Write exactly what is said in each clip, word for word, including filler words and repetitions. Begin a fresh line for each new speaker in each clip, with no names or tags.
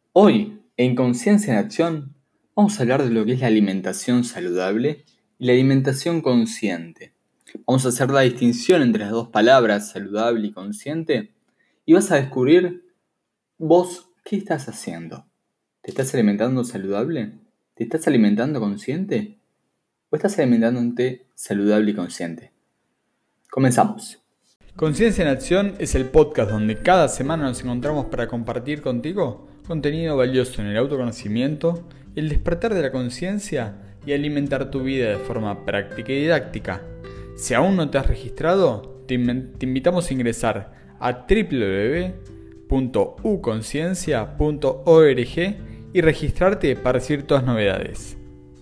Hoy, en Conciencia en Acción, vamos a hablar de lo que es la alimentación saludable y la alimentación consciente. Vamos a hacer la distinción entre las dos palabras, saludable y consciente, y vas a descubrir vos qué estás haciendo. ¿Te estás alimentando saludable? ¿Te estás alimentando consciente? ¿O estás alimentándote saludable y consciente? Comenzamos.
Conciencia en Acción es el podcast donde cada semana nos encontramos para compartir contigo contenido valioso en el autoconocimiento, el despertar de la conciencia y alimentar tu vida de forma práctica y didáctica. Si aún no te has registrado, te, in- te invitamos a ingresar a w w w punto u conciencia punto org y registrarte para recibir todas las novedades.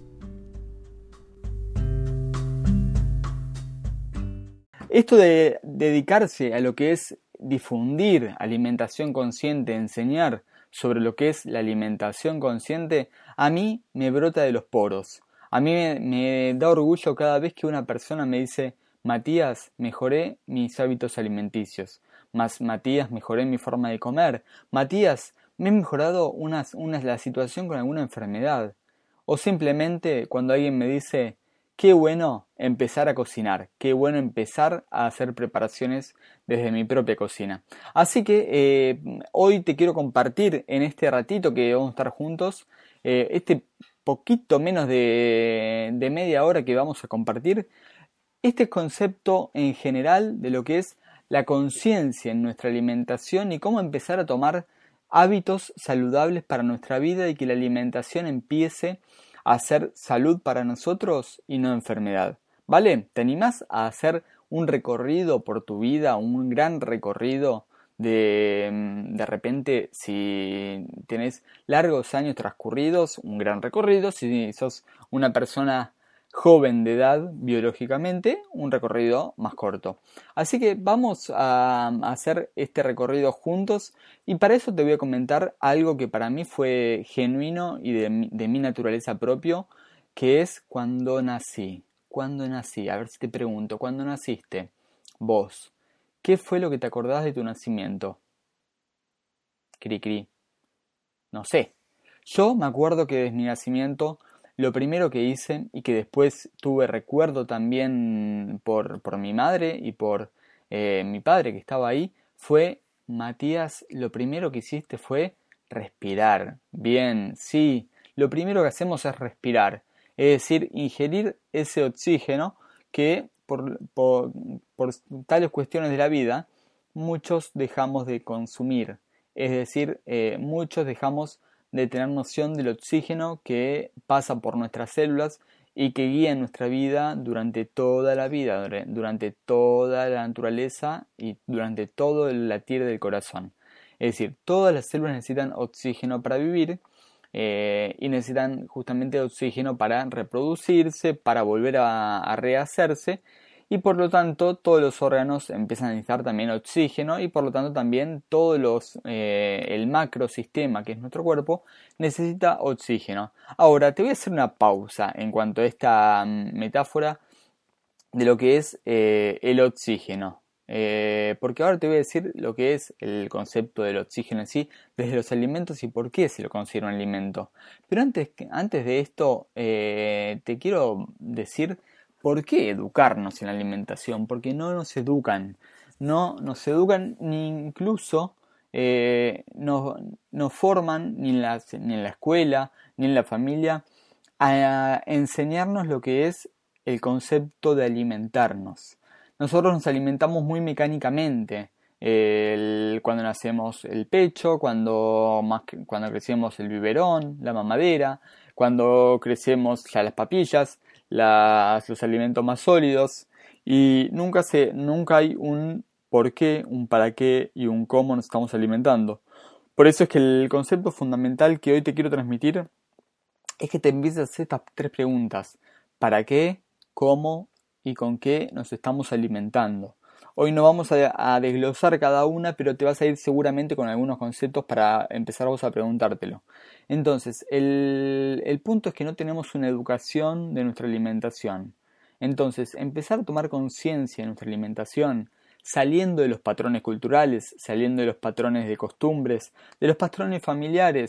Esto de dedicarse a lo que es difundir alimentación consciente, enseñar sobre lo que es la alimentación consciente, a mí me brota de los poros. A mí me, me da orgullo cada vez que una persona me dice: Matías, mejoré mis hábitos alimenticios. Más, Matías, mejoré mi forma de comer. Matías, me he mejorado una, una, la situación con alguna enfermedad. O simplemente cuando alguien me dice: qué bueno empezar a cocinar, qué bueno empezar a hacer preparaciones desde mi propia cocina. Así que eh, hoy te quiero compartir en este ratito que vamos a estar juntos, eh, este poquito menos de, de media hora que vamos a compartir, este concepto en general de lo que es la conciencia en nuestra alimentación y cómo empezar a tomar hábitos saludables para nuestra vida y que la alimentación empiece a hacer salud para nosotros y no enfermedad. ¿Vale? ¿Te animás a hacer un recorrido por tu vida, un gran recorrido de, de repente, si tenés largos años transcurridos, un gran recorrido, si sos una persona joven de edad biológicamente, un recorrido más corto. Así que vamos a hacer este recorrido juntos y para eso te voy a comentar algo que para mí fue genuino y de mi, de mi naturaleza propio, que es cuando nací. Cuando nací, a ver si te pregunto, ¿cuándo naciste? Vos, ¿qué fue lo que te acordás de tu nacimiento? Cri cri. No sé. Yo me acuerdo que desde mi nacimiento lo primero que hice y que después tuve recuerdo también por, por mi madre y por eh, mi padre que estaba ahí fue: Matías, lo primero que hiciste fue respirar. Bien, sí, lo primero que hacemos es respirar, es decir, ingerir ese oxígeno que por, por, por tales cuestiones de la vida muchos dejamos de consumir, es decir, eh, muchos dejamos de tener noción del oxígeno que pasa por nuestras células y que guía nuestra vida durante toda la vida, durante toda la naturaleza y durante todo el latir del corazón. Es decir, todas las células necesitan oxígeno para vivir eh, y necesitan justamente oxígeno para reproducirse, para volver a, a rehacerse. Y por lo tanto todos los órganos empiezan a necesitar también oxígeno y por lo tanto también todos los, eh, el macrosistema que es nuestro cuerpo necesita oxígeno. Ahora te voy a hacer una pausa en cuanto a esta um, metáfora de lo que es eh, el oxígeno. Eh, porque ahora te voy a decir lo que es el concepto del oxígeno en sí, desde los alimentos y por qué se lo considera un alimento. Pero antes, antes de esto eh, te quiero decir: ¿por qué educarnos en la alimentación? Porque no nos educan, no nos educan ni incluso eh, nos, nos forman ni en, la, ni en la escuela ni en la familia a enseñarnos lo que es el concepto de alimentarnos. Nosotros nos alimentamos muy mecánicamente. El, cuando nacemos el pecho, cuando, más, cuando crecemos el biberón, la mamadera, cuando crecemos ya las papillas, las, los alimentos más sólidos, y nunca, se, nunca hay un por qué, un para qué y un cómo nos estamos alimentando. Por eso es que el concepto fundamental que hoy te quiero transmitir es que te empieces a hacer estas tres preguntas: ¿para qué, cómo y con qué nos estamos alimentando? Hoy no vamos a, a desglosar cada una, pero te vas a ir seguramente con algunos conceptos para empezar vos a preguntártelo. Entonces, el, el punto es que no tenemos una educación de nuestra alimentación. Entonces, empezar a tomar conciencia de nuestra alimentación, saliendo de los patrones culturales, saliendo de los patrones de costumbres, de los patrones familiares,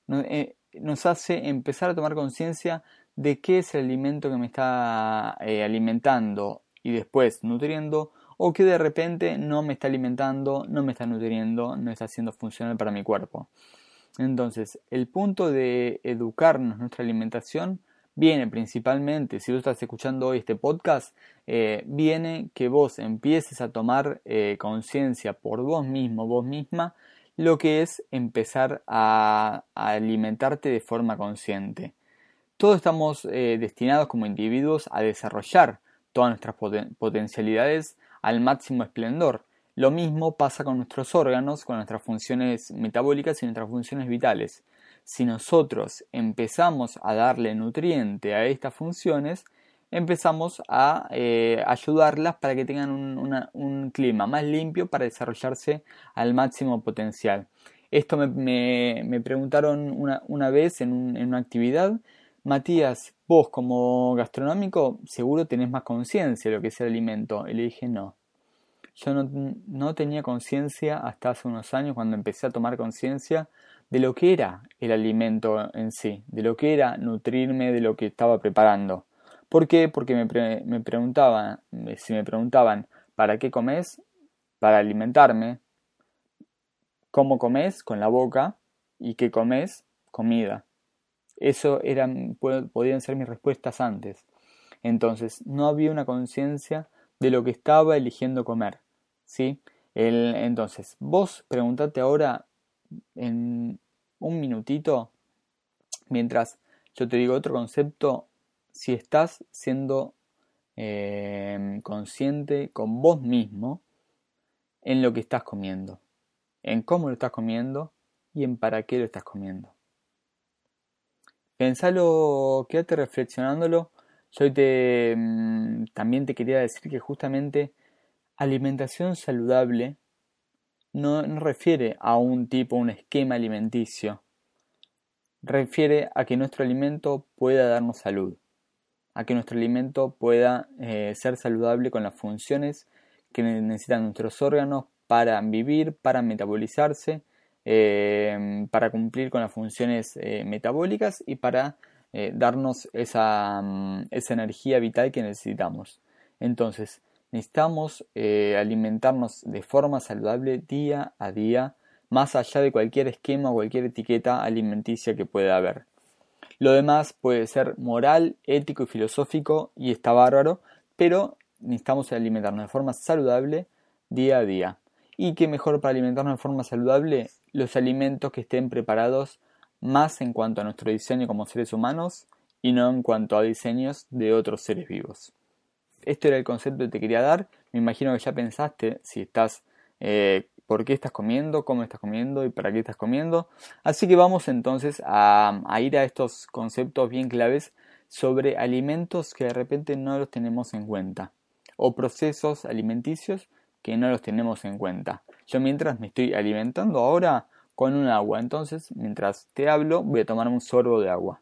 nos, eh, nos hace empezar a tomar conciencia de qué es el alimento que me está eh, alimentando y después nutriendo, o que de repente no me está alimentando, no me está nutriendo, no está haciendo funcional para mi cuerpo. Entonces, el punto de educarnos en nuestra alimentación viene principalmente, si tú estás escuchando hoy este podcast, eh, viene que vos empieces a tomar eh, conciencia por vos mismo, vos misma, lo que es empezar a, a alimentarte de forma consciente. Todos estamos eh, destinados como individuos a desarrollar todas nuestras poten- potencialidades al máximo esplendor. Lo mismo pasa con nuestros órganos, con nuestras funciones metabólicas y nuestras funciones vitales. Si nosotros empezamos a darle nutriente a estas funciones, empezamos a eh, ayudarlas para que tengan un, una, un clima más limpio para desarrollarse al máximo potencial. Esto me, me, me preguntaron una, una vez en, un, en una actividad: Matías, vos como gastronómico seguro tenés más conciencia de lo que es el alimento. Y le dije no. Yo no, no tenía conciencia hasta hace unos años, cuando empecé a tomar conciencia de lo que era el alimento en sí, de lo que era nutrirme de lo que estaba preparando. ¿Por qué? Porque me, pre me preguntaban, si me preguntaban, ¿para qué comés? Para alimentarme. ¿Cómo comés? Con la boca. ¿Y qué comés? Comida. Eso eran, podían ser mis respuestas antes. Entonces, no había una conciencia de lo que estaba eligiendo comer, ¿sí? El, entonces, vos preguntate ahora en un minutito, mientras yo te digo otro concepto, si estás siendo eh, consciente con vos mismo en lo que estás comiendo, en cómo lo estás comiendo y en para qué lo estás comiendo. Pensalo, quédate reflexionándolo. Yo hoy te, mmm, también te quería decir que justamente alimentación saludable no, no refiere a un tipo, un esquema alimenticio. Refiere a que nuestro alimento pueda darnos salud, a que nuestro alimento pueda eh, ser saludable con las funciones que necesitan nuestros órganos para vivir, para metabolizarse, eh, para cumplir con las funciones eh, metabólicas y para eh, darnos esa, um, esa energía vital que necesitamos. Entonces, necesitamos eh, alimentarnos de forma saludable día a día, más allá de cualquier esquema o cualquier etiqueta alimenticia que pueda haber. Lo demás puede ser moral, ético y filosófico y está bárbaro, pero necesitamos alimentarnos de forma saludable día a día. ¿Y qué mejor para alimentarnos de forma saludable? Los alimentos que estén preparados más en cuanto a nuestro diseño como seres humanos y no en cuanto a diseños de otros seres vivos. Esto era el concepto que te quería dar. Me imagino que ya pensaste si estás, eh, por qué estás comiendo, cómo estás comiendo y para qué estás comiendo. Así que vamos entonces a, a ir a estos conceptos bien claves sobre alimentos que de repente no los tenemos en cuenta, o procesos alimenticios que no los tenemos en cuenta. Yo mientras me estoy alimentando ahora con un agua, entonces mientras te hablo voy a tomar un sorbo de agua.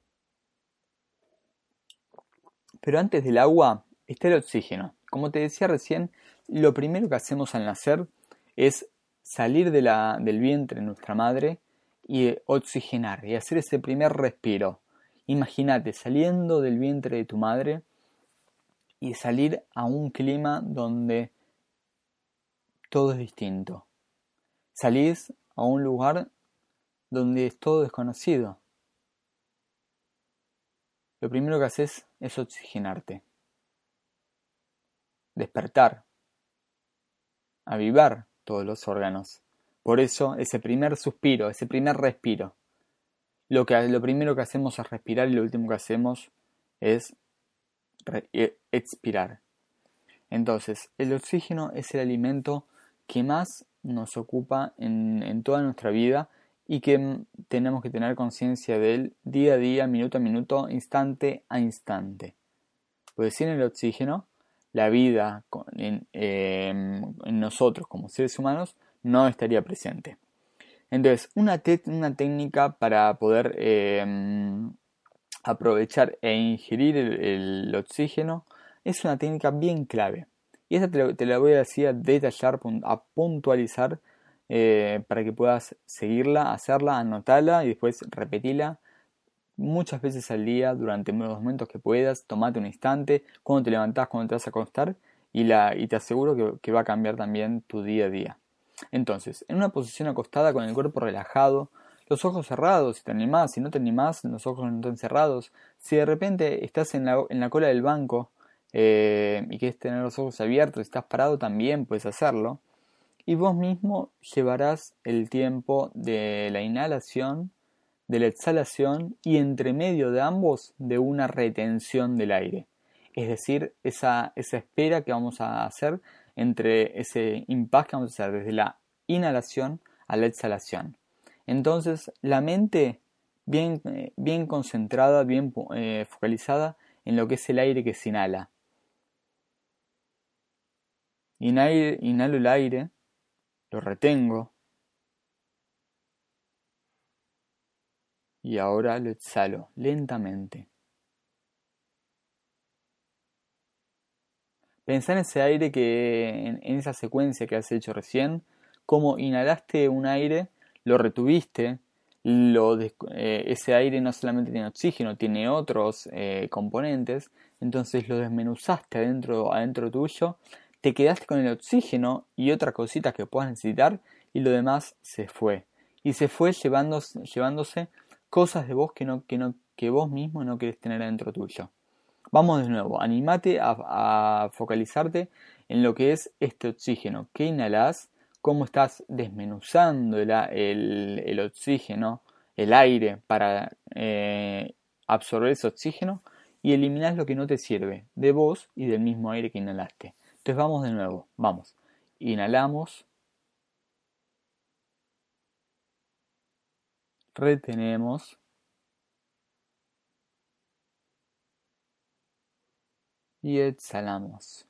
Pero antes del agua está el oxígeno. Como te decía recién, lo primero que hacemos al nacer es salir de la, del vientre de nuestra madre y oxigenar y hacer ese primer respiro. Imagínate saliendo del vientre de tu madre y salir a un clima donde todo es distinto. Salís a un lugar donde es todo desconocido. Lo primero que haces es oxigenarte, despertar, avivar todos los órganos. Por eso ese primer suspiro, ese primer respiro. Lo, que, lo primero que hacemos es respirar y lo último que hacemos es re, expirar. Entonces, el oxígeno es el alimento que más nos ocupa en, en toda nuestra vida y que tenemos que tener conciencia de él día a día, minuto a minuto, instante a instante. Pues sin el oxígeno, la vida en, eh, en nosotros como seres humanos no estaría presente. Entonces, una, te una técnica para poder eh, aprovechar e ingerir el, el oxígeno es una técnica bien clave. Y esta te, te la voy a decir a detallar, a puntualizar eh, para que puedas seguirla, hacerla, anotarla y después repetirla muchas veces al día durante los momentos que puedas. Tomate un instante, cuando te levantás, cuando te vas a acostar y, la, y te aseguro que, que va a cambiar también tu día a día. Entonces, en una posición acostada con el cuerpo relajado, los ojos cerrados, si te animás, si no te animás, los ojos no están cerrados. Si de repente estás en la, en la cola del banco eh, y quieres tener los ojos abiertos, si estás parado también puedes hacerlo. Y vos mismo llevarás el tiempo de la inhalación, de la exhalación y entre medio de ambos de una retención del aire. Es decir, esa, esa espera que vamos a hacer entre ese impasse que vamos a hacer desde la inhalación a la exhalación. Entonces, la mente bien, bien concentrada, bien eh, focalizada en lo que es el aire que se inhala. Inhalo, inhalo el aire, lo retengo y ahora lo exhalo lentamente. Pensá en ese aire que, en, en esa secuencia que has hecho recién, cómo inhalaste un aire, lo retuviste, lo, eh, ese aire no solamente tiene oxígeno, tiene otros eh, componentes, entonces lo desmenuzaste adentro, adentro tuyo, te quedaste con el oxígeno y otras cositas que puedas necesitar y lo demás se fue. Y se fue llevándose, llevándose cosas de vos que, no, que, no, que vos mismo no querés tener adentro tuyo. Vamos de nuevo, animate a, a focalizarte en lo que es este oxígeno que inhalás, cómo estás desmenuzando el, el, el oxígeno, el aire para eh, absorber ese oxígeno y eliminás lo que no te sirve de vos y del mismo aire que inhalaste. Entonces vamos de nuevo, vamos, inhalamos, retenemos, y exhalamos.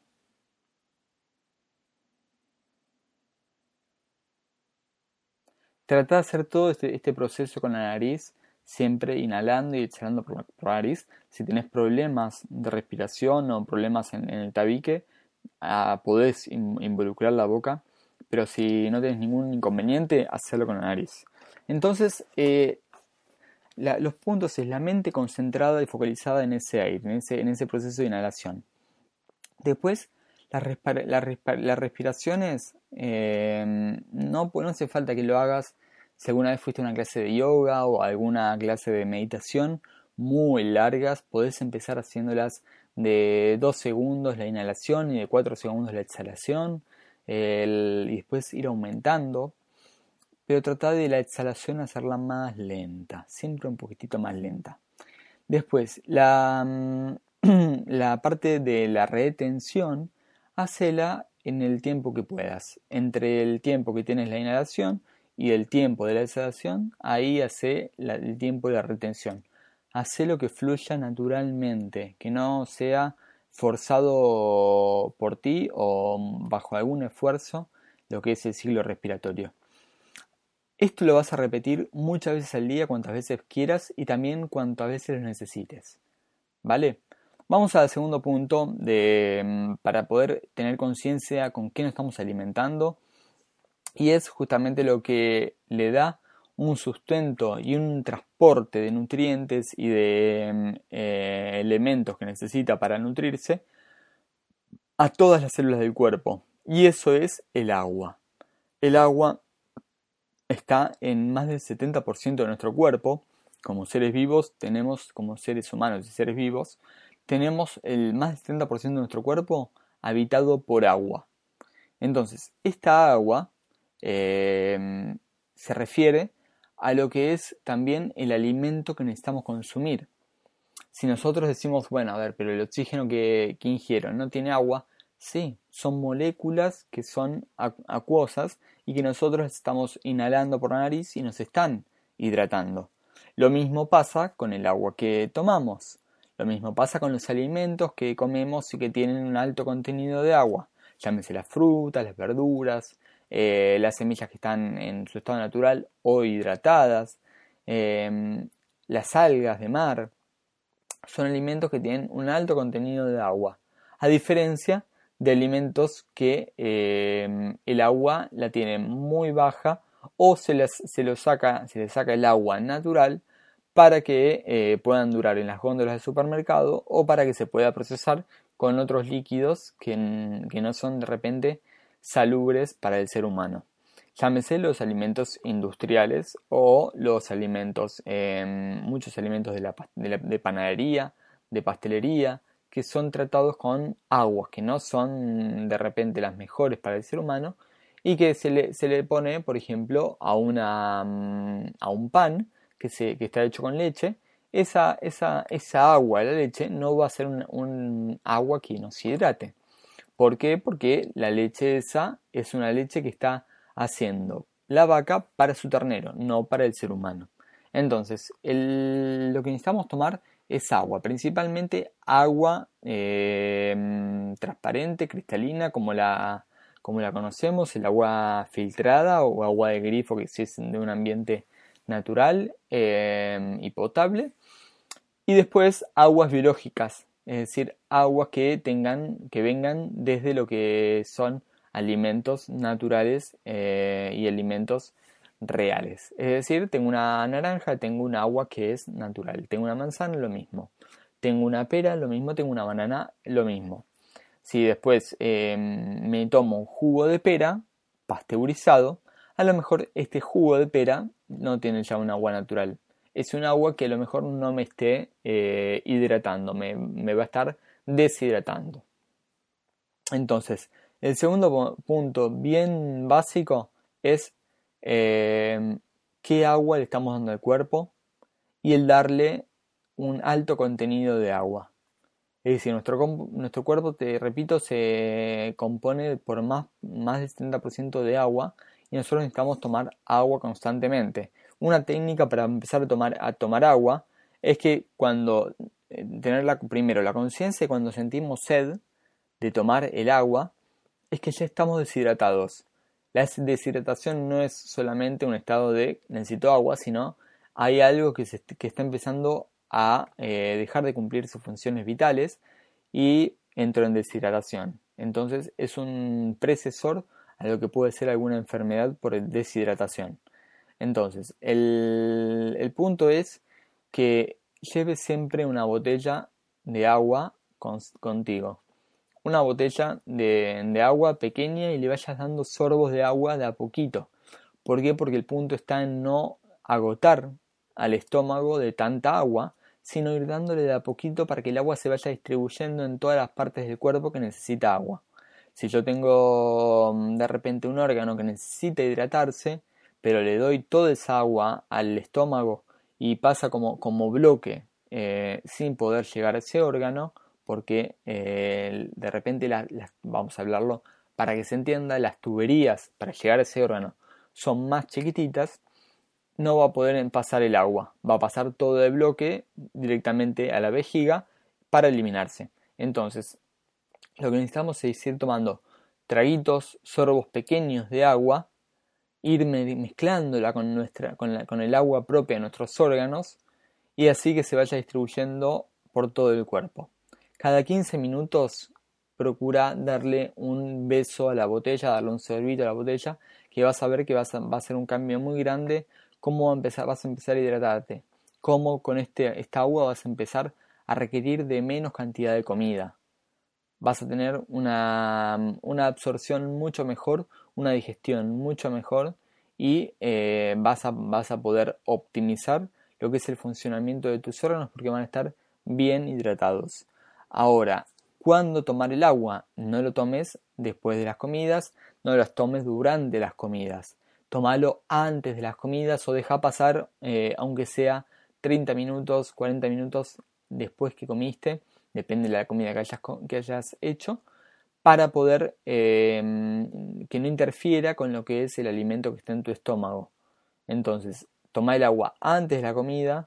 Trata de hacer todo este, este proceso con la nariz, siempre inhalando y exhalando por, por la nariz. Si tenés problemas de respiración o problemas en, en el tabique, ah, podés in, involucrar la boca, pero si no tenés ningún inconveniente, hacerlo con la nariz. Entonces, eh, la, los puntos es la mente concentrada y focalizada en ese aire, en ese, en ese proceso de inhalación. Después, las, respira, la respa, las respiraciones, eh, no, no hace falta que lo hagas si alguna vez fuiste a una clase de yoga o alguna clase de meditación muy largas. Podés empezar haciéndolas de dos segundos la inhalación y de cuatro segundos la exhalación, el, y después ir aumentando. Pero trata de la exhalación hacerla más lenta, siempre un poquitito más lenta. Después, la, la parte de la retención, hacela en el tiempo que puedas. Entre el tiempo que tienes la inhalación y el tiempo de la exhalación, ahí hace la, el tiempo de la retención. Hacelo que fluya naturalmente, que no sea forzado por ti o bajo algún esfuerzo lo que es el ciclo respiratorio. Esto lo vas a repetir muchas veces al día, cuantas veces quieras y también cuantas veces lo necesites. ¿Vale? Vamos al segundo punto de, para poder tener conciencia con qué nos estamos alimentando, y es justamente lo que le da un sustento y un transporte de nutrientes y de eh, elementos que necesita para nutrirse a todas las células del cuerpo, y eso es el agua. El agua está en más del setenta por ciento de nuestro cuerpo. Como seres vivos tenemos, como seres humanos y seres vivos, tenemos el más del setenta por ciento de nuestro cuerpo habitado por agua. Entonces, esta agua eh, se refiere a lo que es también el alimento que necesitamos consumir. Si nosotros decimos, bueno, a ver, pero el oxígeno que, que ingiero no tiene agua, sí, son moléculas que son acuosas y que nosotros estamos inhalando por la nariz y nos están hidratando. Lo mismo pasa con el agua que tomamos. Lo mismo pasa con los alimentos que comemos y que tienen un alto contenido de agua. Llámese las frutas, las verduras, eh, las semillas que están en su estado natural o hidratadas, eh, las algas de mar. Son alimentos que tienen un alto contenido de agua. A diferencia de alimentos que eh, el agua la tiene muy baja o se les, se lo saca, se les saca el agua natural para que eh, puedan durar en las góndolas del supermercado o para que se pueda procesar con otros líquidos que, que no son de repente salubres para el ser humano. Llámese los alimentos industriales o los alimentos, eh, muchos alimentos de, la, de, la, de panadería, de pastelería, que son tratados con aguas que no son de repente las mejores para el ser humano y que se le, se le pone, por ejemplo, a, una, a un pan que, se, que está hecho con leche. Esa, esa, esa agua de la leche no va a ser un, un agua que nos hidrate. ¿Por qué? Porque la leche esa es una leche que está haciendo la vaca para su ternero, no para el ser humano. Entonces, el, lo que necesitamos tomar es agua, principalmente agua eh, transparente, cristalina, como la, como la conocemos, el agua filtrada o agua de grifo, que si es de un ambiente natural eh, y potable. Y después aguas biológicas, es decir, aguas que tengan, que vengan desde lo que son alimentos naturales eh, y alimentos reales. Es decir, tengo una naranja, tengo un agua que es natural. Tengo una manzana, lo mismo. Tengo una pera, lo mismo. Tengo una banana, lo mismo. Si después eh, me tomo un jugo de pera pasteurizado, a lo mejor este jugo de pera no tiene ya un agua natural. Es un agua que a lo mejor no me esté eh, hidratando, me, me va a estar deshidratando. Entonces, el segundo punto bien básico es eh, qué agua le estamos dando al cuerpo y el darle un alto contenido de agua. Es decir, nuestro, nuestro cuerpo, te repito, se compone por más, más del setenta por ciento de agua y nosotros necesitamos tomar agua constantemente. Una técnica para empezar a tomar, a tomar agua es que cuando, eh, tener la, primero la conciencia cuando sentimos sed de tomar el agua, es que ya estamos deshidratados. La deshidratación no es solamente un estado de necesito agua, sino hay algo que, se, que está empezando a eh, dejar de cumplir sus funciones vitales y entro en deshidratación. Entonces es un precesor a lo que puede ser alguna enfermedad por deshidratación. Entonces, el, el punto es que lleves siempre una botella de agua con, contigo. Una botella de, de agua pequeña y le vayas dando sorbos de agua de a poquito. ¿Por qué? Porque el punto está en no agotar al estómago de tanta agua, sino ir dándole de a poquito para que el agua se vaya distribuyendo en todas las partes del cuerpo que necesita agua. Si yo tengo de repente un órgano que necesita hidratarse, pero le doy toda esa agua al estómago y pasa como, como bloque eh, sin poder llegar a ese órgano, porque eh, de repente, la, la, vamos a hablarlo para que se entienda, las tuberías para llegar a ese órgano son más chiquititas, no va a poder pasar el agua, va a pasar todo de bloque directamente a la vejiga para eliminarse. Entonces, lo que necesitamos es ir tomando traguitos, sorbos pequeños de agua, ir mezclándola con, nuestra, con, la, con el agua propia de nuestros órganos y así que se vaya distribuyendo por todo el cuerpo. Cada quince minutos procura darle un beso a la botella, darle un sorbito a la botella, que vas a ver que vas a, va a ser un cambio muy grande, cómo va a empezar, vas a empezar a hidratarte, cómo con este, esta agua vas a empezar a requerir de menos cantidad de comida. Vas a tener una, una absorción mucho mejor, una digestión mucho mejor y eh, vas, a, vas a poder optimizar lo que es el funcionamiento de tus órganos porque van a estar bien hidratados. Ahora, ¿cuándo tomar el agua? No lo tomes después de las comidas, no las tomes durante las comidas. Tómalo antes de las comidas o deja pasar, eh, aunque sea treinta minutos, cuarenta minutos después que comiste, depende de la comida que hayas, que hayas hecho, para poder eh, que no interfiera con lo que es el alimento que está en tu estómago. Entonces, toma el agua antes de la comida,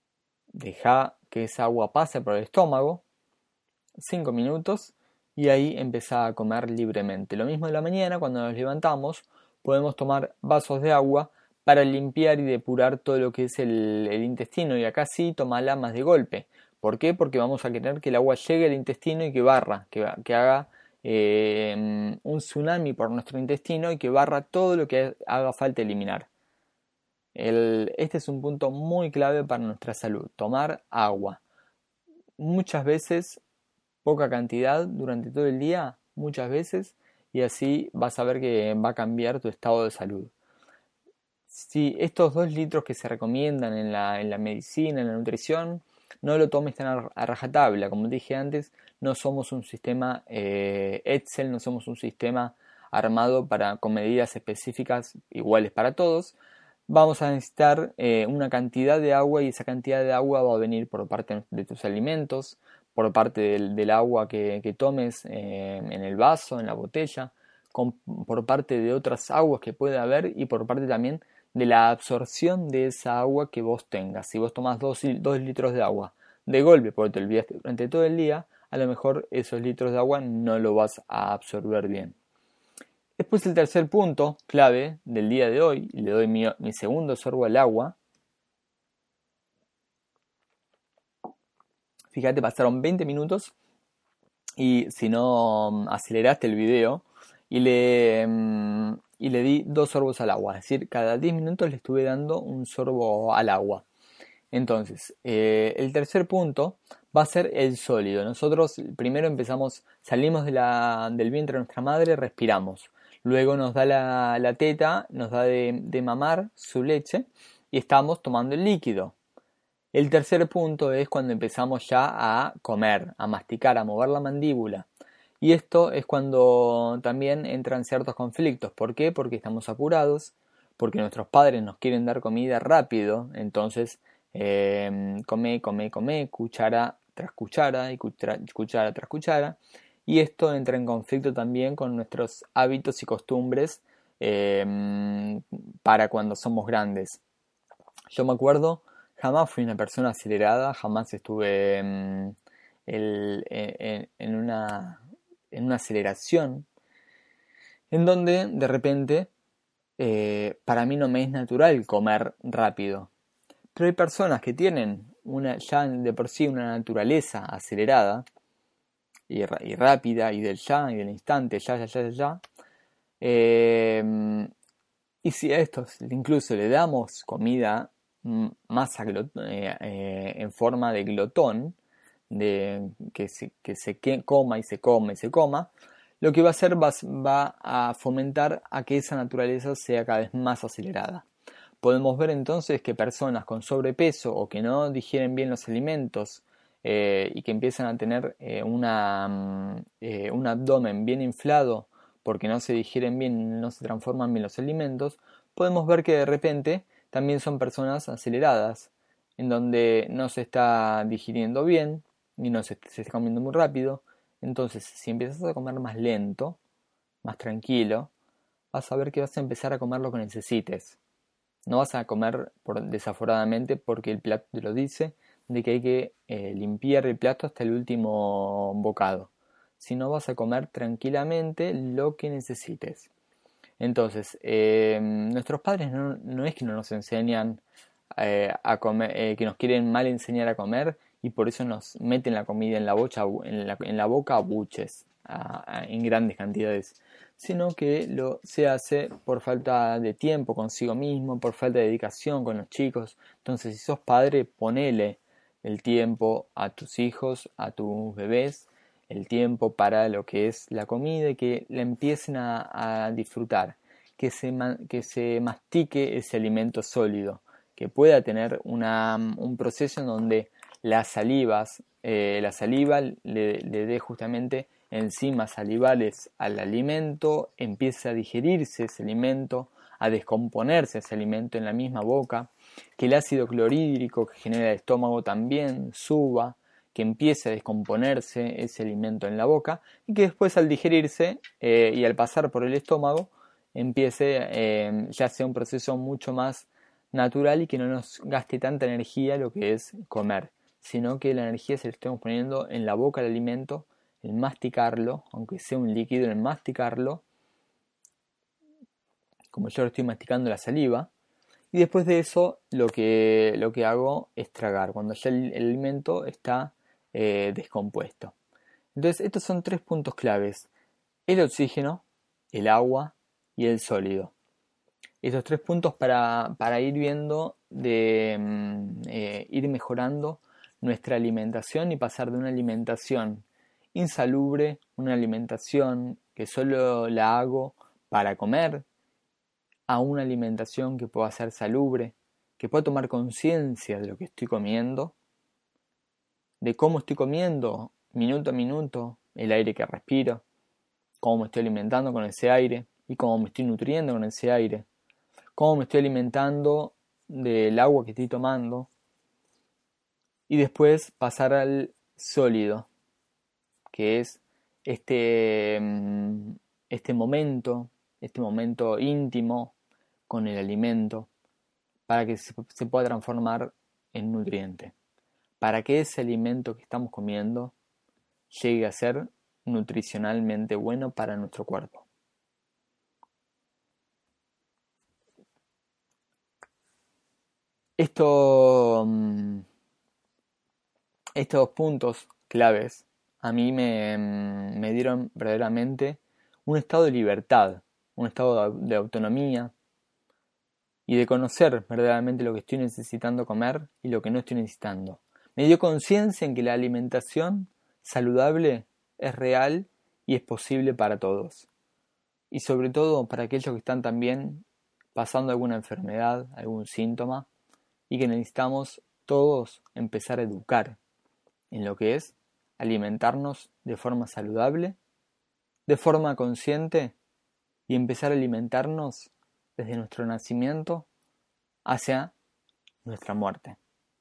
deja que esa agua pase por el estómago, cinco minutos, y ahí empezá a comer libremente. Lo mismo de la mañana, cuando nos levantamos, podemos tomar vasos de agua para limpiar y depurar todo lo que es el, el intestino, y acá sí, tomala más de golpe. ¿Por qué? Porque vamos a querer que el agua llegue al intestino y que barra, que, que haga eh, un tsunami por nuestro intestino y que barra todo lo que haga falta eliminar. El, este es un punto muy clave para nuestra salud, tomar agua. Muchas veces, poca cantidad durante todo el día, muchas veces, y así vas a ver que va a cambiar tu estado de salud. Si estos dos litros que se recomiendan en la, en la medicina, en la nutrición, no lo tomes tan a, a rajatabla. Como dije antes, no somos un sistema eh, Excel, no somos un sistema armado para, con medidas específicas iguales para todos. Vamos a necesitar eh, una cantidad de agua y esa cantidad de agua va a venir por parte de tus alimentos, por parte del, del agua que, que tomes eh, en el vaso, en la botella, con, por parte de otras aguas que puede haber y por parte también de la absorción de esa agua que vos tengas. Si vos tomás dos litros de agua de golpe porque te olvidaste durante todo el día, a lo mejor esos litros de agua no lo vas a absorber bien. Después el tercer punto clave del día de hoy, le doy mi, mi segundo sorbo al agua. Fíjate, pasaron veinte minutos y si no aceleraste el video y le, y le di dos sorbos al agua. Es decir, cada diez minutos le estuve dando un sorbo al agua. Entonces, eh, el tercer punto va a ser el sólido. Nosotros primero empezamos, salimos de la, del vientre de nuestra madre, respiramos. Luego nos da la, la teta, nos da de, de mamar su leche y estamos tomando el líquido. El tercer punto es cuando empezamos ya a comer, a masticar, a mover la mandíbula. Y esto es cuando también entran ciertos conflictos. ¿Por qué? Porque estamos apurados, porque nuestros padres nos quieren dar comida rápido. Entonces, eh, come, come, come, cuchara tras cuchara y cuchara, cuchara tras cuchara. Y esto entra en conflicto también con nuestros hábitos y costumbres eh, para cuando somos grandes. Yo me acuerdo, jamás fui una persona acelerada, jamás estuve eh, el, en, en, una, en una aceleración en donde de repente eh, para mí no me es natural comer rápido. Pero hay personas que tienen una, ya de por sí una naturaleza acelerada y, y rápida y del ya y del instante, ya, ya, ya, ya. Eh, y si a estos incluso le damos comida más eh, eh, en forma de glotón, de que se, que se que, coma y se coma y se coma, lo que va a hacer va, va a fomentar a que esa naturaleza sea cada vez más acelerada. Podemos ver entonces que personas con sobrepeso o que no digieren bien los alimentos eh, y que empiezan a tener eh, una, eh, un abdomen bien inflado porque no se digieren bien, no se transforman bien los alimentos, podemos ver que de repente también son personas aceleradas, en donde no se está digiriendo bien y no se, se está comiendo muy rápido. Entonces, si empiezas a comer más lento, más tranquilo, vas a ver que vas a empezar a comer lo que necesites. No vas a comer por, desaforadamente porque el plato te lo dice, de que hay que eh, limpiar el plato hasta el último bocado. Sino vas a comer tranquilamente lo que necesites. Entonces, eh, nuestros padres no, no es que no nos enseñan eh, a comer, eh, que nos quieren mal enseñar a comer y por eso nos meten la comida en la, bocha, en la, en la boca a buches, a, a, en grandes cantidades, sino que lo, se hace por falta de tiempo consigo mismo, por falta de dedicación con los chicos. Entonces, si sos padre, ponele el tiempo a tus hijos, a tus bebés, el tiempo para lo que es la comida y que la empiecen a, a disfrutar, que se, que se mastique ese alimento sólido, que pueda tener una, un proceso en donde las salivas, eh, la saliva le, le dé justamente enzimas salivales al alimento, empiece a digerirse ese alimento, a descomponerse ese alimento en la misma boca, que el ácido clorhídrico que genera el estómago también suba, que empiece a descomponerse ese alimento en la boca y que después al digerirse eh, y al pasar por el estómago empiece eh, ya sea un proceso mucho más natural y que no nos gaste tanta energía lo que es comer, sino que la energía se la estemos poniendo en la boca del alimento, en masticarlo, aunque sea un líquido, en masticarlo, como yo lo estoy masticando la saliva, y después de eso lo que, lo que hago es tragar, cuando ya el, el alimento está Eh, descompuesto. Entonces estos son tres puntos claves. el oxígeno, el agua y el sólido. Estos tres puntos para, para ir viendo, de eh, ir mejorando nuestra alimentación y pasar de una alimentación insalubre, una alimentación que solo la hago para comer, a una alimentación que pueda ser salubre, que pueda tomar conciencia de lo que estoy comiendo, de cómo estoy comiendo minuto a minuto, el aire que respiro, cómo me estoy alimentando con ese aire y cómo me estoy nutriendo con ese aire, cómo me estoy alimentando del agua que estoy tomando, y después pasar al sólido, que es este, este momento, este momento íntimo con el alimento, para que se, se pueda transformar en nutriente, para que ese alimento que estamos comiendo llegue a ser nutricionalmente bueno para nuestro cuerpo. Esto, estos puntos claves a mí me, me dieron verdaderamente un estado de libertad, un estado de autonomía y de conocer verdaderamente lo que estoy necesitando comer y lo que no estoy necesitando. Me dio conciencia en que la alimentación saludable es real y es posible para todos. Y sobre todo para aquellos que están también pasando alguna enfermedad, algún síntoma, y que necesitamos todos empezar a educar en lo que es alimentarnos de forma saludable, de forma consciente, y empezar a alimentarnos desde nuestro nacimiento hacia nuestra muerte.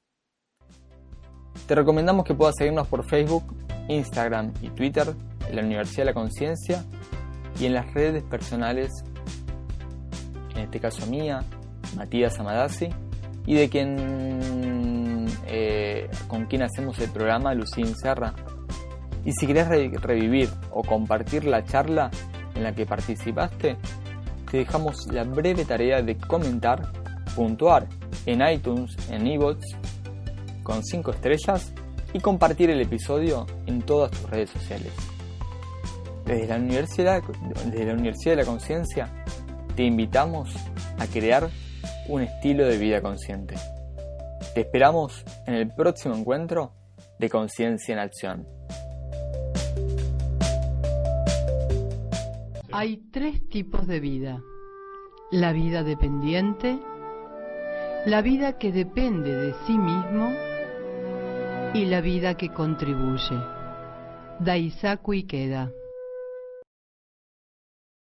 Te recomendamos que puedas seguirnos por Facebook, Instagram y Twitter en la Universidad de la Conciencia y en las redes personales, en este caso mía, Matías Amadasi, y de quien eh, con quien hacemos el programa, Lucín Serra. Y si querés re- revivir o compartir la charla en la que participaste, te dejamos la breve tarea de comentar, puntuar en iTunes, en iVoox, con cinco estrellas, y compartir el episodio en todas tus redes sociales. Desde la Universidad, desde la Universidad de la Conciencia, te invitamos a crear un estilo de vida consciente. Te esperamos en el próximo encuentro de Conciencia en Acción.
Hay tres tipos de vida: la vida dependiente, la vida que depende de sí mismo y la vida que contribuye. Daisaku Ikeda.